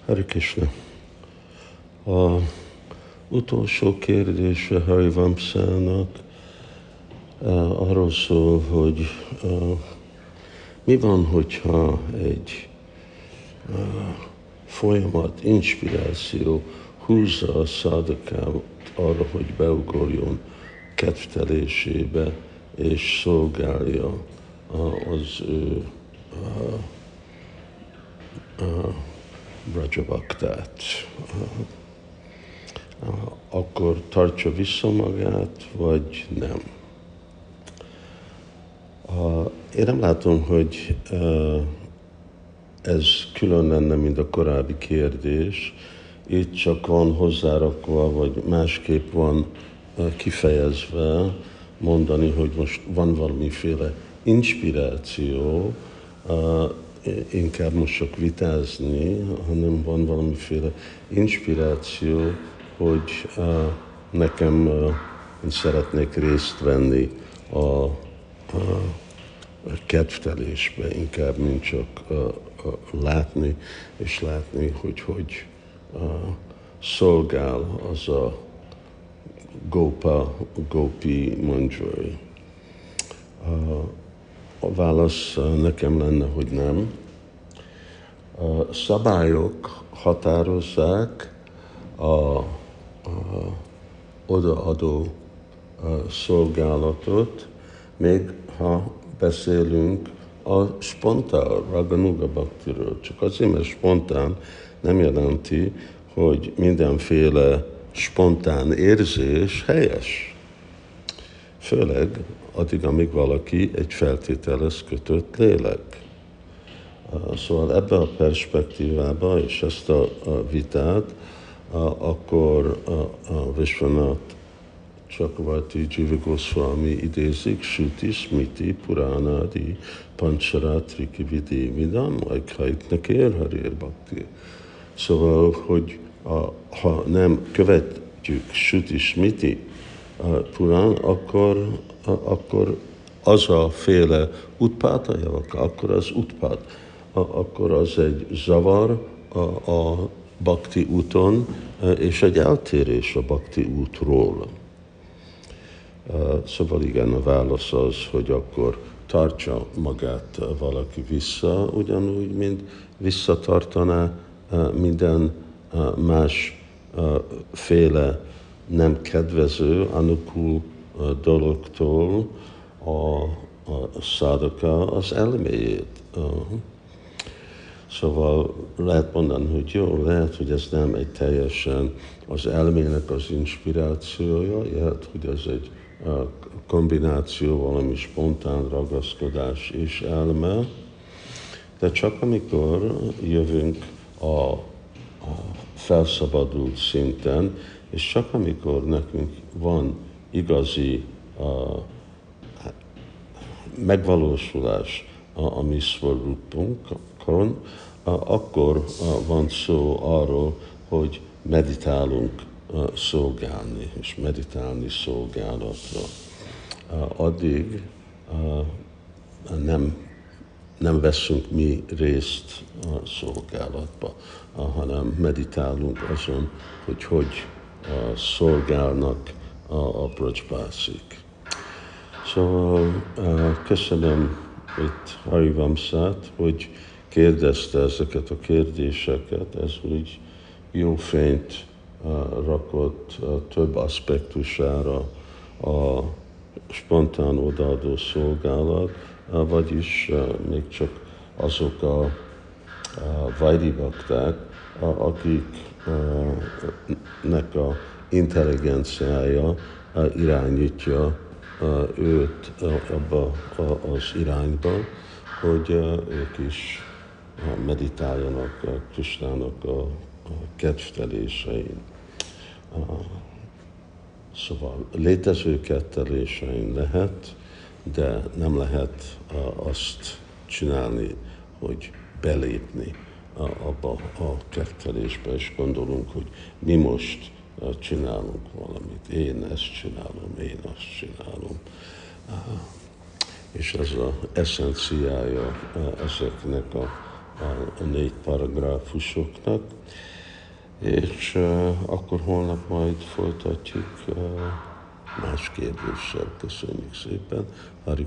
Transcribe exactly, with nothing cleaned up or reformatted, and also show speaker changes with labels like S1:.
S1: Hare Krishna. A utolsó kérdése Harivamsának uh, arról szól, hogy uh, mi van, hogyha egy uh, folyamat, inspiráció húzza a szádakát arra, hogy beugorjon kedvtelésébe, és szolgálja uh, az ő uh, uh, Brajavaktát. Akkor tartsa vissza magát, vagy nem. Én nem látom, hogy ez külön lenne, mint a korábbi kérdés. Itt csak van hozzárakva, vagy másképp van kifejezve mondani, hogy most van valamiféle inspiráció, inkább most csak vitázni, hanem van valamiféle inspiráció, hogy uh, nekem uh, én szeretnék részt venni a, a, a kedvtelésbe, inkább, mint csak uh, uh, látni, és látni, hogy hogy uh, szolgál az a Gopa, Gopi Manjari. Uh, A válasz nekem lenne, hogy nem. A szabályok határozzák a, a odaadó a szolgálatot, még ha beszélünk a spontán Raganuga Bhaktiről. Csak azért, mert spontán nem jelenti, hogy mindenféle spontán érzés helyes. Főleg addig, amíg valaki egy feltételhez kötött lélek. Szóval ebbe a perspektívába és ezt a vitát, akkor a Vishwanath Chakravarti Jiva Goswami idézik Shruti Smriti Puránadi Pancharatriki Vidi Vidam Aikhaitnak Harir Bhakti. Szóval, hogy a, ha nem követjük Shruti Smriti Purán, akkor, akkor az a féle utpáta javaka, akkor az utpát, akkor az egy zavar a, a bhakti úton, és egy eltérés a bhakti útról. Szóval igen, a válasz az, hogy akkor tartsa magát valaki vissza, ugyanúgy, mint visszatartaná minden más féle nem kedvező, anukul dologtól a, a szádaka az elméjét. Szóval lehet mondani, hogy jó, lehet, hogy ez nem egy teljesen az elmének az inspirációja, lehet, hogy ez egy kombináció, valami spontán ragaszkodás és elme, de csak amikor jövünk a, a felszabadult szinten, és csak amikor nekünk van igazi uh, megvalósulás a, a mi szvarupunkon, uh, akkor uh, van szó arról, hogy meditálunk uh, szolgálni, és meditálni szolgálatra. Uh, addig uh, nem, nem veszünk mi részt a szolgálatba, uh, hanem meditálunk azon, hogy hogy uh, szolgálnak a, a Brajbászik. Szóval uh, köszönöm itt Harivamsát, hogy kérdezte ezeket a kérdéseket, ez úgy jó fényt uh, rakott uh, több aspektusára a spontán odaadó szolgálat, uh, vagyis uh, még csak azok a, a Vaidhi bakták, uh, akiknek uh, a intelligenciája uh, irányítja uh, őt uh, abba uh, az irányba, hogy uh, ők is uh, meditáljanak uh, Krisnának a, a kedvtelésein. Uh, szóval létező kedvtelésein lehet, de nem lehet uh, azt csinálni, hogy belépni uh, abba a kedvtelésbe, és gondolunk, hogy mi most csinálunk valamit. Én ezt csinálom, én azt csinálom. És ez az eszenciája ezeknek a a négy paragráfusoknak, és uh, akkor holnap majd folytatjuk uh, más kérdéssel. Köszönjük szépen! Hari